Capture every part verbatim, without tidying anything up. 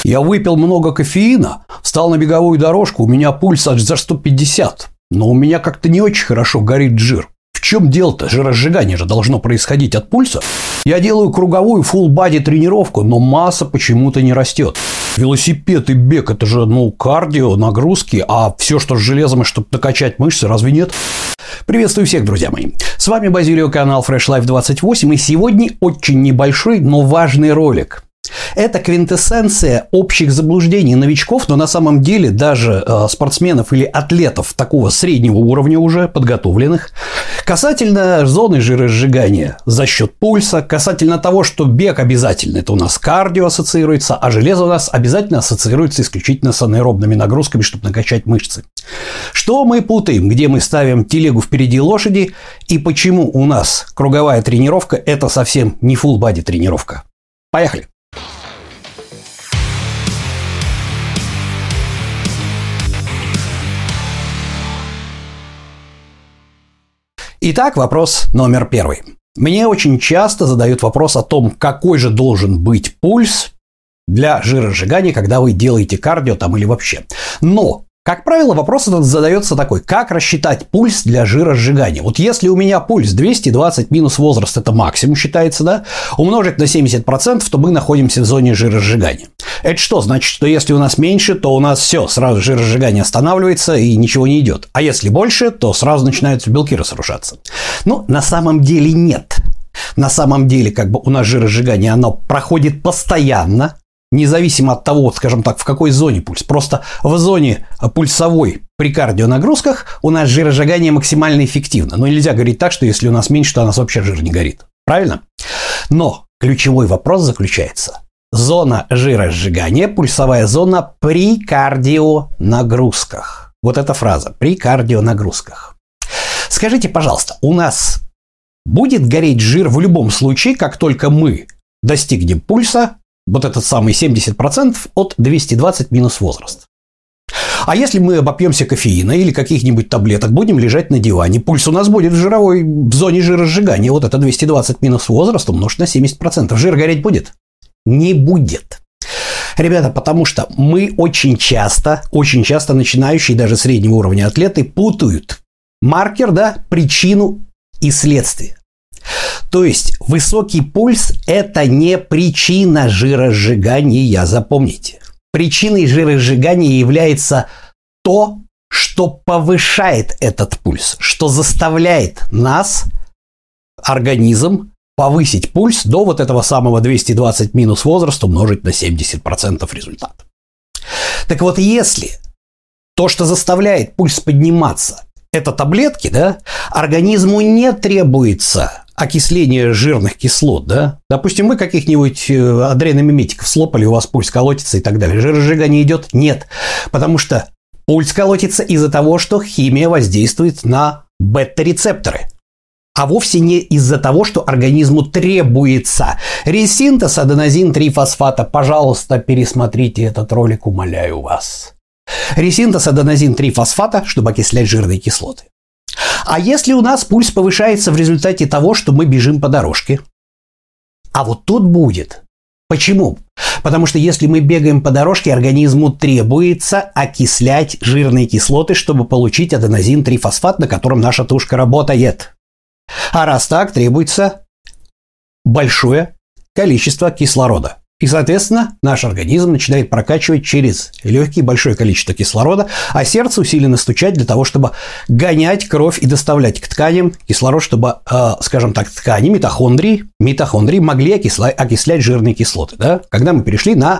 Я выпил много кофеина, встал на беговую дорожку, у меня пульс аж за сто пятьдесят, но у меня как-то не очень хорошо горит жир. В чем дело-то? Жиросжигание же должно происходить от пульса. Я делаю круговую фулл-бади тренировку, но масса почему-то не растет. Велосипед и бег – это же, ну, кардио, нагрузки, а все, что с железом, и чтобы накачать мышцы, разве нет? Приветствую всех, друзья мои. С вами Базилио, канал Fresh Life двадцать восемь, и сегодня очень небольшой, но важный ролик. Это квинтэссенция общих заблуждений новичков, но на самом деле даже э, спортсменов или атлетов такого среднего уровня уже подготовленных, касательно зоны жиросжигания за счет пульса, касательно того, что бег обязательно, это у нас кардио ассоциируется, а железо у нас обязательно ассоциируется исключительно с анаэробными нагрузками, чтобы накачать мышцы. Что мы путаем, где мы ставим телегу впереди лошади и почему у нас круговая тренировка – это совсем не фулл-бади тренировка. Поехали! Итак, вопрос номер первый. Мне очень часто задают вопрос о том, какой же должен быть пульс для жиросжигания, когда вы делаете кардио там или вообще. Но, как правило, вопрос этот задается такой: как рассчитать пульс для жиросжигания? Вот если у меня пульс двести двадцать минус возраст, это максимум считается, да, умножить на семьдесят процентов, то мы находимся в зоне жиросжигания. Это что? Значит, что если у нас меньше, то у нас все, сразу жиросжигание останавливается и ничего не идет. А если больше, то сразу начинают белки разрушаться. Ну, на самом деле нет. На самом деле, как бы у нас жиросжигание, оно проходит постоянно, независимо от того, скажем так, в какой зоне пульс. Просто в зоне пульсовой при кардионагрузках у нас жиросжигание максимально эффективно. Но нельзя говорить так, что если у нас меньше, то у нас вообще жир не горит. Правильно? Но ключевой вопрос заключается: зона жиросжигания, пульсовая зона при кардионагрузках. Вот эта фраза – при кардионагрузках. Скажите, пожалуйста, у нас будет гореть жир в любом случае, как только мы достигнем пульса, вот этот самый семьдесят процентов от двести двадцать минус возраст. А если мы обопьемся кофеина или каких-нибудь таблеток, будем лежать на диване, пульс у нас будет в жировой в зоне жиросжигания. Вот это двести двадцать минус возраст умножить на семьдесят процентов. Жир гореть будет? Не будет. Ребята, потому что мы очень часто, очень часто начинающие, даже среднего уровня атлеты путают маркер, да, причину и следствие. То есть высокий пульс – это не причина жиросжигания, запомните. Причиной жиросжигания является то, что повышает этот пульс, что заставляет нас, организм, повысить пульс до вот этого самого двести двадцать минус возраста умножить на семьдесят процентов результат. Так вот, если то, что заставляет пульс подниматься, это таблетки, да, организму не требуется окисление жирных кислот, да. Допустим, мы каких-нибудь адреномиметиков слопали, у вас пульс колотится и так далее. Жиросжигание идет? Нет. Потому что пульс колотится из-за того, что химия воздействует на бета-рецепторы. А вовсе не из-за того, что организму требуется ресинтез аденозин-трифосфата. Пожалуйста, пересмотрите этот ролик, умоляю вас. Ресинтез аденозин-трифосфата, чтобы окислять жирные кислоты. А если у нас пульс повышается в результате того, что мы бежим по дорожке? А вот тут будет. Почему? Потому что если мы бегаем по дорожке, организму требуется окислять жирные кислоты, чтобы получить аденозин-трифосфат, на котором наша тушка работает. А раз так, требуется большое количество кислорода. И, соответственно, наш организм начинает прокачивать через легкие большое количество кислорода, а сердце усиленно стучать для того, чтобы гонять кровь и доставлять к тканям кислород, чтобы, э, скажем так, ткани, митохондрии, митохондрии могли окисля- окислять жирные кислоты. Да? Когда мы перешли на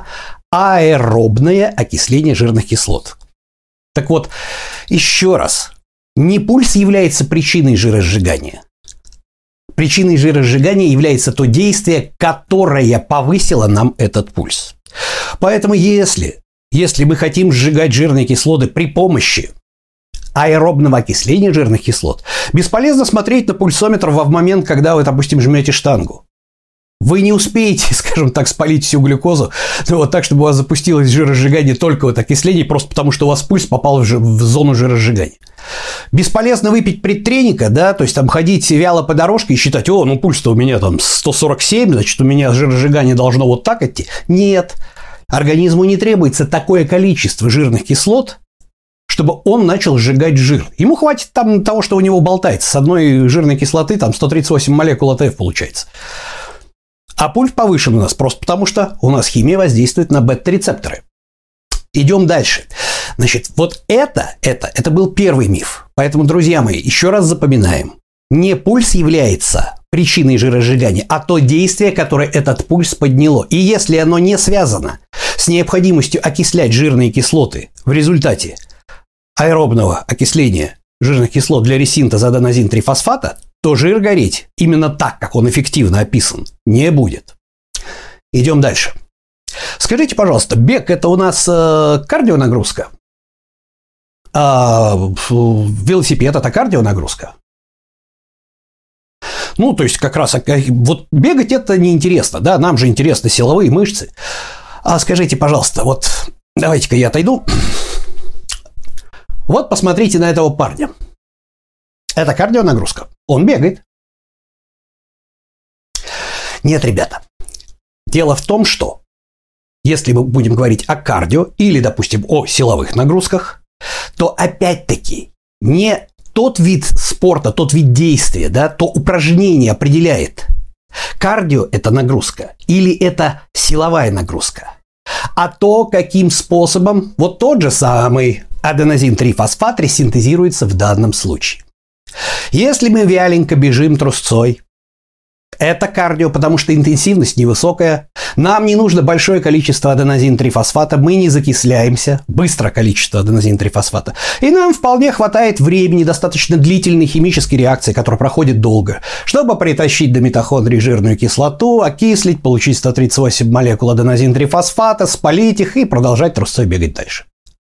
аэробное окисление жирных кислот. Так вот, еще раз, не пульс является причиной жиросжигания. Причиной жиросжигания является то действие, которое повысило нам этот пульс. Поэтому если, если мы хотим сжигать жирные кислоты при помощи аэробного окисления жирных кислот, бесполезно смотреть на пульсометр в момент, когда вы, допустим, жмете штангу. Вы не успеете, скажем так, спалить всю глюкозу, ну, вот так, чтобы у вас запустилось жиросжигание только вот окисление, просто потому что у вас пульс попал в, ж... в зону жиросжигания. Бесполезно выпить предтреника, да, то есть там ходить вяло по дорожке и считать: о, ну пульс-то у меня там сто сорок семь, значит, у меня жиросжигание должно вот так идти. Нет. организму не требуется такое количество жирных кислот, чтобы он начал сжигать жир. Ему хватит там того, что у него болтается. С одной жирной кислоты там сто тридцать восемь молекул эй ти эф получается. А пульс повышен у нас просто потому, что у нас химия воздействует на бета-рецепторы. Идем дальше. Значит, вот это, это, это был первый миф. Поэтому, друзья мои, еще раз запоминаем. Не пульс является причиной жиросжигания, а то действие, которое этот пульс подняло. И если оно не связано с необходимостью окислять жирные кислоты в результате аэробного окисления жирных кислот для ресинтеза аденозин-трифосфата, то жир гореть именно так, как он эффективно описан, не будет. Идем дальше. Скажите, пожалуйста, бег – это у нас э, кардионагрузка? А велосипед – это кардионагрузка? Ну, то есть, как раз вот бегать – это неинтересно, да? Нам же интересны силовые мышцы. А скажите, пожалуйста, вот давайте-ка я отойду. Вот посмотрите на этого парня. Это кардионагрузка. Он бегает. Нет, ребята. Дело в том, что если мы будем говорить о кардио или, допустим, о силовых нагрузках, то опять-таки не тот вид спорта, тот вид действия, да, то упражнение определяет, кардио – это нагрузка или это силовая нагрузка, а то, каким способом вот тот же самый аденозин-трифосфат ресинтезируется в данном случае. Если мы вяленько бежим трусцой, это кардио, потому что интенсивность невысокая. Нам не нужно большое количество аденозин-трифосфата, мы не закисляемся, быстро количество аденозин-трифосфата. И нам вполне хватает времени, достаточно длительной химической реакции, которая проходит долго, чтобы притащить до митохондрий жирную кислоту, окислить, получить сто тридцать восемь молекул аденозин-трифосфата, спалить их и продолжать трусцой бегать дальше.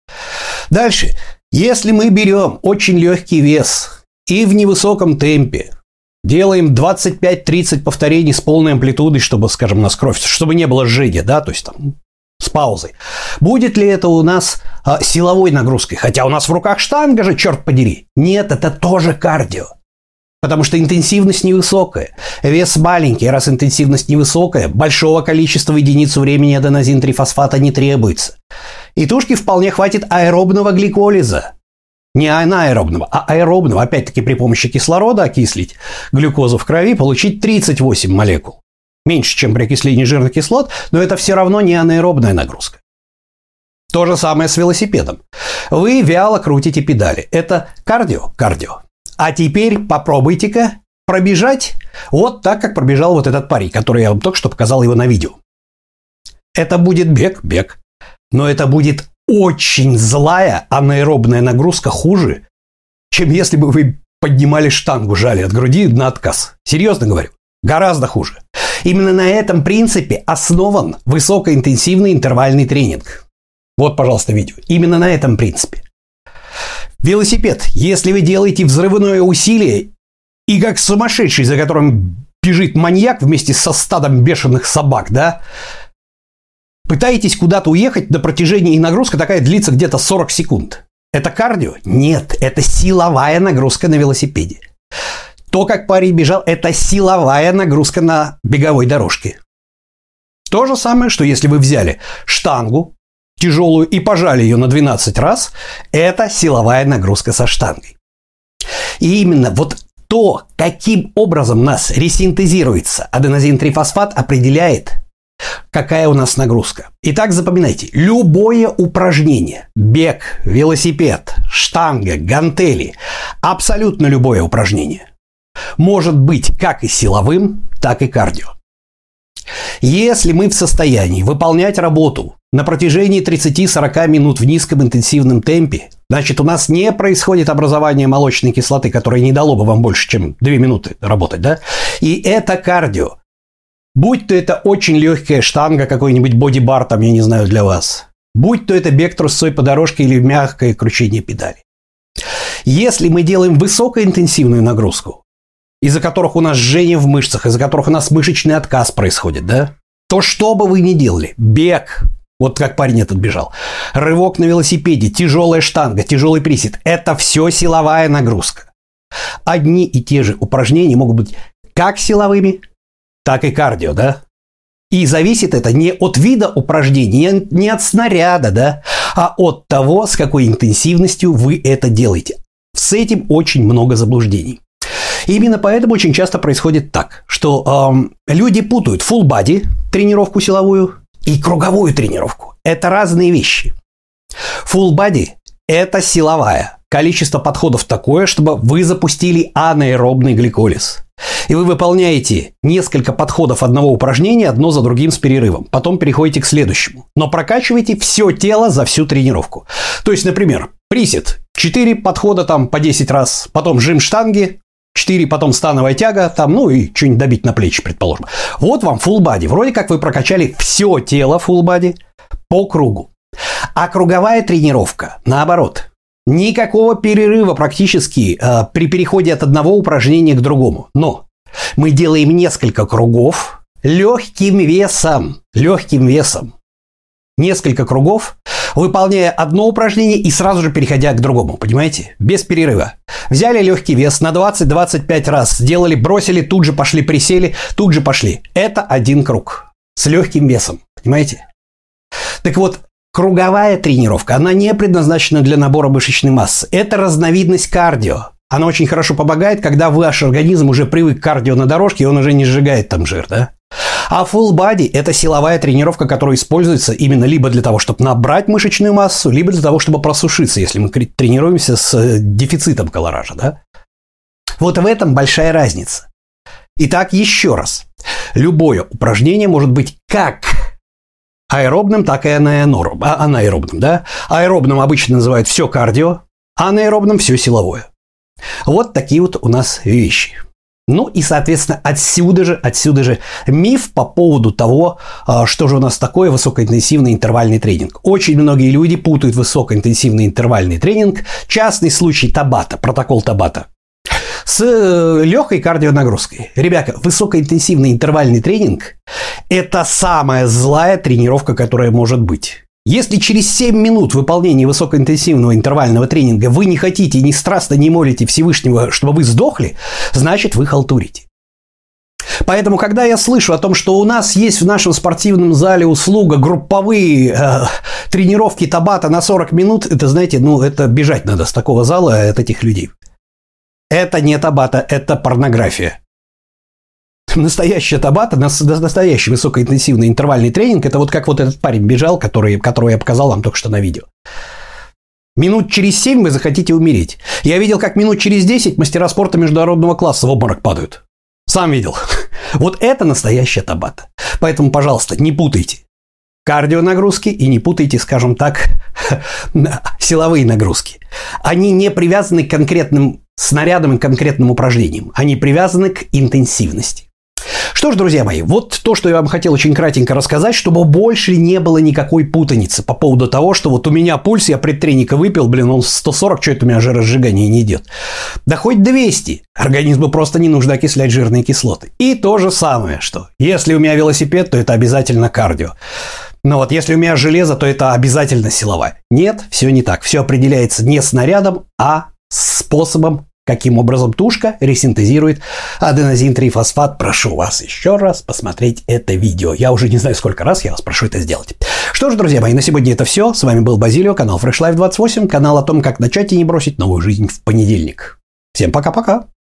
Дальше. Если мы берем очень легкий вес и в невысоком темпе делаем двадцать пять тридцать повторений с полной амплитудой, чтобы, скажем, у нас кровь, чтобы не было сжатия, да, то есть там с паузой. Будет ли это у нас а, силовой нагрузкой? Хотя у нас в руках штанга же, черт подери. Нет, это тоже кардио. Потому что интенсивность невысокая, вес маленький, раз интенсивность невысокая, большого количества единиц времени аденозин-трифосфата не требуется. И тушки вполне хватит аэробного гликолиза. Не анаэробного, а аэробного, опять-таки при помощи кислорода окислить глюкозу в крови, получить тридцать восемь молекул. Меньше, чем при окислении жирных кислот, но это все равно не анаэробная нагрузка. То же самое с велосипедом. Вы вяло крутите педали. Это кардио, кардио. А теперь попробуйте-ка пробежать вот так, как пробежал вот этот парень, который я вам только что показал его на видео. Это будет бег, бег. Но это будет очень злая анаэробная нагрузка, хуже, чем если бы вы поднимали штангу, жали от груди на отказ. Серьезно говорю, гораздо хуже. Именно на этом принципе основан высокоинтенсивный интервальный тренинг. Вот, пожалуйста, видео. Именно на этом принципе. Велосипед. Если вы делаете взрывное усилие и как сумасшедший, за которым бежит маньяк вместе со стадом бешеных собак, да, пытаетесь куда-то уехать на протяжении, и нагрузка такая длится где-то сорок секунд. Это кардио? Нет, это силовая нагрузка на велосипеде. То, как парень бежал, это силовая нагрузка на беговой дорожке. То же самое, что если вы взяли штангу тяжелую и пожали ее на двенадцать раз, это силовая нагрузка со штангой. И именно вот то, каким образом у нас ресинтезируется аденозин-трифосфат, определяет, какая у нас нагрузка. Итак, запоминайте, любое упражнение, бег, велосипед, штанга, гантели, абсолютно любое упражнение может быть как и силовым, так и кардио. Если мы в состоянии выполнять работу на протяжении тридцати-сорока минут в низком интенсивном темпе, значит, у нас не происходит образование молочной кислоты, которое не дало бы вам больше, чем две минуты работать, да? И это кардио. Будь то это очень легкая штанга, какой-нибудь бодибар, там, я не знаю, для вас. Будь то это бег трусцой по дорожке или мягкое кручение педали. Если мы делаем высокоинтенсивную нагрузку, из-за которых у нас жжение в мышцах, из-за которых у нас мышечный отказ происходит, да, то что бы вы ни делали, бег, вот как парень этот бежал, рывок на велосипеде, тяжелая штанга, тяжелый присед, это все силовая нагрузка. Одни и те же упражнения могут быть как силовыми, так и кардио, да? И зависит это не от вида упражнений, не от снаряда, да, а от того, с какой интенсивностью вы это делаете. С этим очень много заблуждений. И именно поэтому очень часто происходит так, что эм, люди путают full body тренировку силовую и круговую тренировку. Это разные вещи. Full body – это силовая. Количество подходов такое, чтобы вы запустили анаэробный гликолиз. И вы выполняете несколько подходов одного упражнения одно за другим с перерывом. Потом переходите к следующему. Но прокачиваете все тело за всю тренировку. То есть, например, присед. четыре подхода там по десять раз. Потом жим штанги. четыре, потом становая тяга. Там, ну и что-нибудь добить на плечи, предположим. Вот вам full body. Вроде как вы прокачали все тело full body по кругу. А круговая тренировка, наоборот. Никакого перерыва практически э, при переходе от одного упражнения к другому. Но мы делаем несколько кругов легким весом. Легким весом. Несколько кругов, выполняя одно упражнение и сразу же переходя к другому. Понимаете? Без перерыва. Взяли легкий вес на двадцать-двадцать пять раз. Сделали, бросили, тут же пошли, присели, тут же пошли. Это один круг. С легким весом. Понимаете? Так вот, круговая тренировка, она не предназначена для набора мышечной массы. Это разновидность кардио. Она очень хорошо помогает, когда ваш организм уже привык к кардио на дорожке, и он уже не сжигает там жир, да? А full body – это силовая тренировка, которая используется именно либо для того, чтобы набрать мышечную массу, либо для того, чтобы просушиться, если мы тренируемся с дефицитом колоража, да? Вот в этом большая разница. Итак, еще раз. Любое упражнение может быть как аэробным, так и анаэробным, анаэробным, да? Аэробным обычно называют все кардио, анаэробным все силовое. Вот такие вот у нас вещи. Ну и, соответственно, отсюда же, отсюда же миф по поводу того, что же у нас такое высокоинтенсивный интервальный тренинг. Очень многие люди путают высокоинтенсивный интервальный тренинг, частный случай Табата, протокол Табата, с легкой кардионагрузкой. Ребята, высокоинтенсивный интервальный тренинг – это самая злая тренировка, которая может быть. Если через семь минут выполнения высокоинтенсивного интервального тренинга вы не хотите, ни страстно не молите Всевышнего, чтобы вы сдохли, значит, вы халтурите. Поэтому, когда я слышу о том, что у нас есть в нашем спортивном зале услуга групповые э, тренировки Табата на сорок минут, это, знаете, ну, это бежать надо с такого зала от этих людей. Это не Табата, это порнография. Настоящая Табата, настоящий высокоинтенсивный интервальный тренинг, это вот как вот этот парень бежал, который, которого я показал вам только что на видео. Минут через семь вы захотите умереть. Я видел, как минут через десять мастера спорта международного класса в обморок падают. Сам видел. Вот это настоящая Табата. Поэтому, пожалуйста, не путайте кардионагрузки и не путайте, скажем так, силовые нагрузки. Они не привязаны к конкретным снарядам и конкретным упражнениям. Они привязаны к интенсивности. Что ж, друзья мои, вот то, что я вам хотел очень кратенько рассказать, чтобы больше не было никакой путаницы по поводу того, что вот у меня пульс, я предтреника выпил, блин, он сто сорок, что это у меня жиросжигание не идет. Да хоть двести. Организму просто не нужно окислять жирные кислоты. И то же самое, что если у меня велосипед, то это обязательно кардио. Но вот если у меня железо, то это обязательно силовая. Нет, все не так. Все определяется не снарядом, а способом, каким образом тушка ресинтезирует аденозин-трифосфат. Прошу вас еще раз посмотреть это видео. Я уже не знаю, сколько раз я вас прошу это сделать. Что ж, друзья мои, на сегодня это все. С вами был Базилио, канал Fresh Life двадцать восемь, канал о том, как начать и не бросить новую жизнь в понедельник. Всем пока-пока.